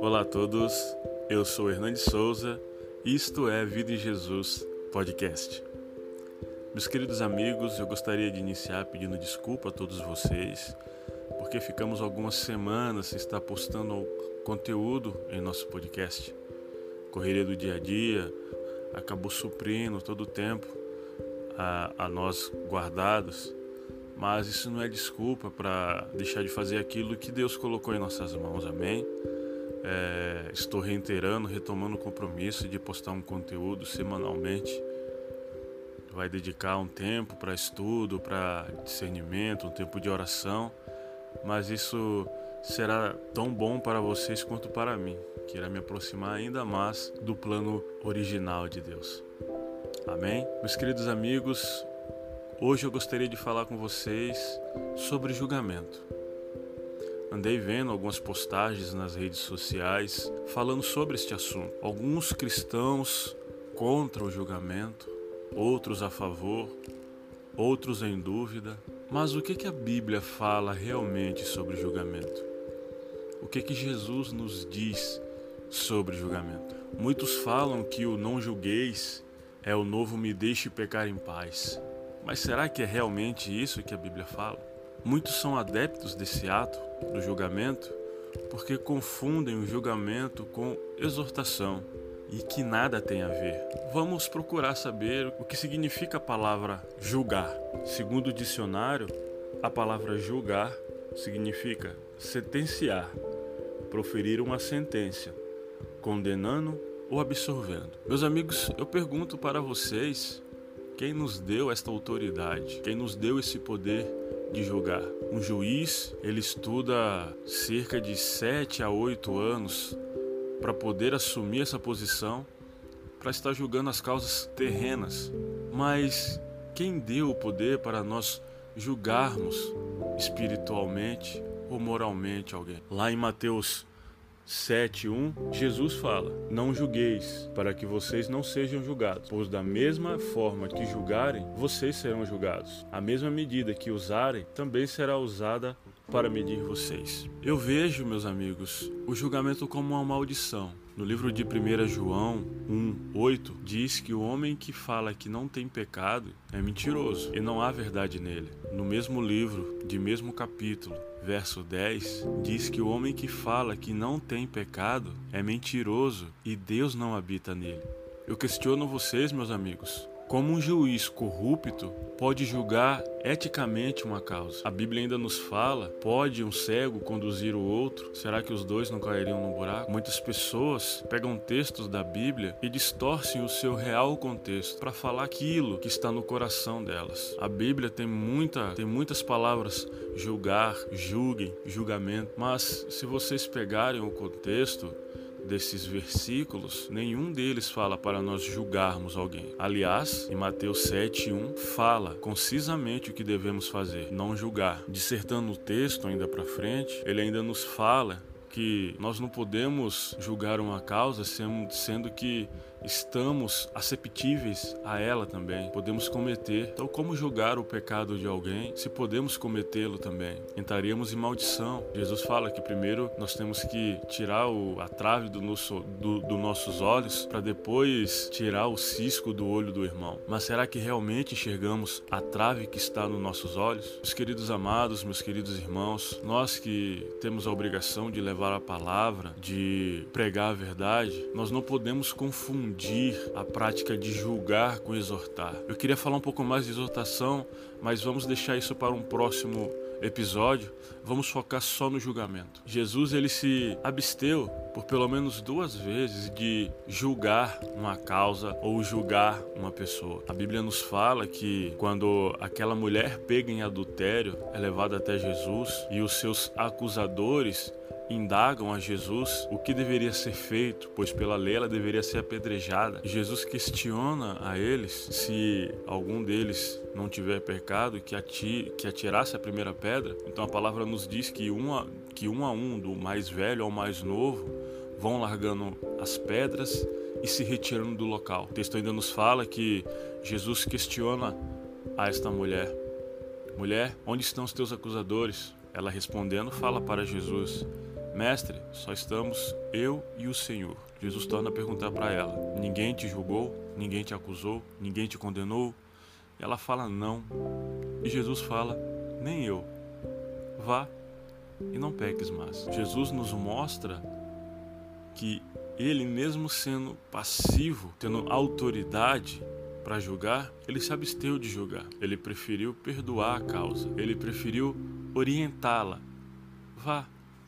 Olá a todos, eu sou Hernandes Souza e isto é Vida em Jesus Podcast. Meus queridos amigos, eu gostaria de iniciar pedindo desculpa a todos vocês, porque ficamos algumas semanas sem estar postando conteúdo em nosso podcast. Correria do dia a dia acabou suprindo todo o tempo a nós guardados, mas isso não é desculpa para deixar de fazer aquilo que Deus colocou em nossas mãos, amém? Estou retomando o compromisso de postar um conteúdo semanalmente. Vai dedicar um tempo para estudo, para discernimento, um tempo de oração, mas isso será tão bom para vocês quanto para mim, que irá me aproximar ainda mais do plano original de Deus. Amém? Meus queridos amigos, hoje eu gostaria de falar com vocês sobre julgamento. Andei vendo algumas postagens nas redes sociais falando sobre este assunto. Alguns cristãos contra o julgamento, outros a favor, outros em dúvida. Mas o que a Bíblia fala realmente sobre julgamento? O que Jesus nos diz sobre julgamento? Muitos falam que o não julgueis é o novo me deixe pecar em paz. Mas será que é realmente isso que a Bíblia fala? Muitos são adeptos desse ato do julgamento porque confundem o julgamento com exortação e que nada tem a ver. Vamos procurar saber o que significa a palavra julgar. Segundo o dicionário, a palavra julgar significa sentenciar, proferir uma sentença, condenando ou absolvendo. Meus amigos, eu pergunto para vocês, quem nos deu esta autoridade? Quem nos deu esse poder de julgar? Um juiz, ele estuda cerca de 7 a 8 anos para poder assumir essa posição, para estar julgando as causas terrenas. Mas quem deu o poder para nós julgarmos espiritualmente ou moralmente alguém? Lá em Mateus 7:1, Jesus fala: não julgueis, para que vocês não sejam julgados, pois da mesma forma que julgarem, vocês serão julgados. A mesma medida que usarem, também será usada para medir vocês. Eu vejo, meus amigos, o julgamento como uma maldição. No livro de 1 João 1:8, diz que o homem que fala que não tem pecado é mentiroso e não há verdade nele. No mesmo livro, de mesmo capítulo, verso 10, diz que o homem que fala que não tem pecado é mentiroso e Deus não habita nele. Eu questiono vocês, meus amigos, como um juiz corrupto pode julgar eticamente uma causa? A Bíblia ainda nos fala, pode um cego conduzir o outro? Será que os dois não cairiam no buraco? Muitas pessoas pegam textos da Bíblia e distorcem o seu real contexto para falar aquilo que está no coração delas. A Bíblia tem muitas palavras: julgar, julguem, julgamento, mas se vocês pegarem o contexto desses versículos, nenhum deles fala para nós julgarmos alguém. Aliás, em Mateus 7:1 fala concisamente o que devemos fazer: não julgar. Dissertando o texto ainda para frente, ele ainda nos fala que nós não podemos julgar uma causa sendo que estamos aceptíveis a ela também. Podemos cometer. Então, como julgar o pecado de alguém se podemos cometê-lo também? Entraríamos em maldição. Jesus fala que primeiro nós temos que tirar a trave dos nossos olhos para depois tirar o cisco do olho do irmão. Mas será que realmente enxergamos a trave que está nos nossos olhos? Meus queridos amados, meus queridos irmãos, nós que temos a obrigação de levar a palavra, de pregar a verdade, nós não podemos confundir a prática de julgar com exortar. Eu queria falar um pouco mais de exortação, mas vamos deixar isso para um próximo episódio. Vamos focar só no julgamento. Jesus, ele se absteu por pelo menos 2 vezes de julgar uma causa ou julgar uma pessoa. A Bíblia nos fala que quando aquela mulher pega em adultério é levada até Jesus e os seus acusadores indagam a Jesus o que deveria ser feito, pois pela lei ela deveria ser apedrejada. Jesus questiona a eles se algum deles não tiver pecado, que atirasse a primeira pedra. Então a palavra nos diz que um a um, do mais velho ao mais novo, vão largando as pedras e se retirando do local. O texto ainda nos fala que Jesus questiona a esta mulher: mulher, onde estão os teus acusadores? Ela respondendo fala para Jesus: Mestre, só estamos eu e o Senhor. Jesus torna a perguntar para ela: ninguém te julgou? Ninguém te acusou? Ninguém te condenou? E ela fala: não. E Jesus fala: nem eu. Vá e não peques mais. Jesus nos mostra que ele, mesmo sendo passivo, tendo autoridade para julgar, ele se absteu de julgar. Ele preferiu perdoar a causa. Ele preferiu orientá-la. Vá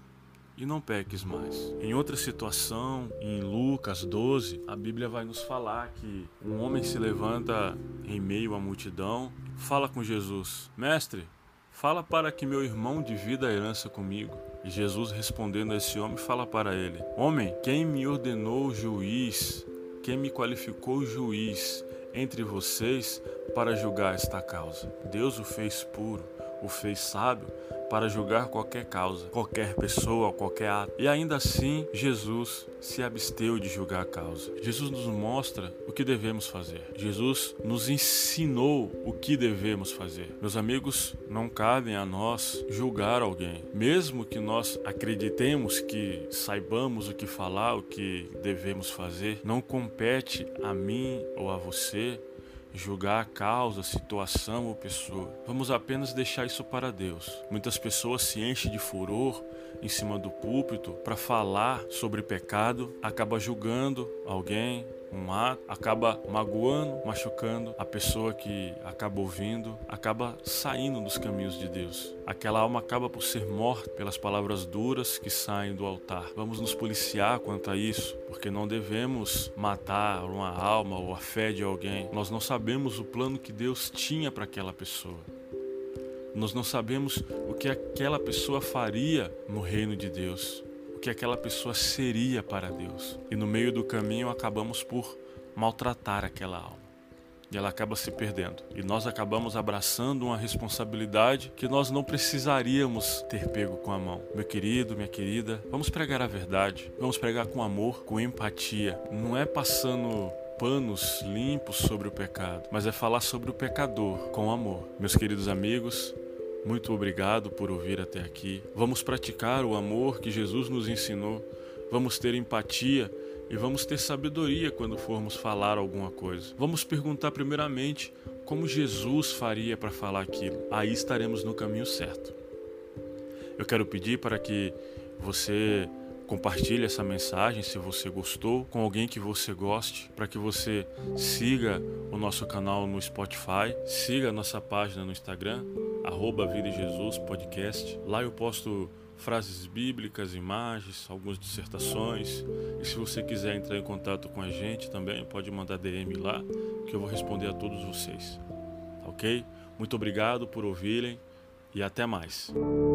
e não peques mais. Em outra situação, em Lucas 12, a Bíblia vai nos falar que um homem se levanta em meio à multidão, fala com Jesus: Mestre, fala para que meu irmão divida a herança comigo. E Jesus, respondendo a esse homem, fala para ele: Homem, quem me ordenou juiz, quem me qualificou juiz entre vocês para julgar esta causa? Deus o fez puro, o fez sábio para julgar qualquer causa, qualquer pessoa, qualquer ato. E ainda assim, Jesus se absteu de julgar a causa. Jesus nos mostra o que devemos fazer. Jesus nos ensinou o que devemos fazer. Meus amigos, não cabem a nós julgar alguém. Mesmo que nós acreditemos que saibamos o que falar, o que devemos fazer, não compete a mim ou a você julgar a causa, situação ou pessoa. Vamos apenas deixar isso para Deus. Muitas pessoas se enchem de furor em cima do púlpito para falar sobre pecado, acaba julgando alguém, um ato, acaba magoando, machucando a pessoa que acaba ouvindo, acaba saindo dos caminhos de Deus. Aquela alma acaba por ser morta pelas palavras duras que saem do altar. Vamos nos policiar quanto a isso, porque não devemos matar uma alma ou a fé de alguém. Nós não sabemos o plano que Deus tinha para aquela pessoa. Nós não sabemos o que aquela pessoa faria no reino de Deus, o que aquela pessoa seria para Deus. E no meio do caminho acabamos por maltratar aquela alma. E ela acaba se perdendo. E nós acabamos abraçando uma responsabilidade que nós não precisaríamos ter pego com a mão. Meu querido, minha querida, vamos pregar a verdade. Vamos pregar com amor, com empatia. Não é passando panos limpos sobre o pecado, mas é falar sobre o pecador com amor. Meus queridos amigos, muito obrigado por ouvir até aqui. Vamos praticar o amor que Jesus nos ensinou. Vamos ter empatia e vamos ter sabedoria quando formos falar alguma coisa. Vamos perguntar primeiramente como Jesus faria para falar aquilo. Aí estaremos no caminho certo. Eu quero pedir para que você compartilhe essa mensagem, se você gostou, com alguém que você goste, para que você siga o nosso canal no Spotify, siga a nossa página no Instagram, @Vida em Jesus Podcast. Lá eu posto frases bíblicas, imagens, algumas dissertações. E se você quiser entrar em contato com a gente também, pode mandar DM lá, que eu vou responder a todos vocês. Ok? Muito obrigado por ouvirem e até mais.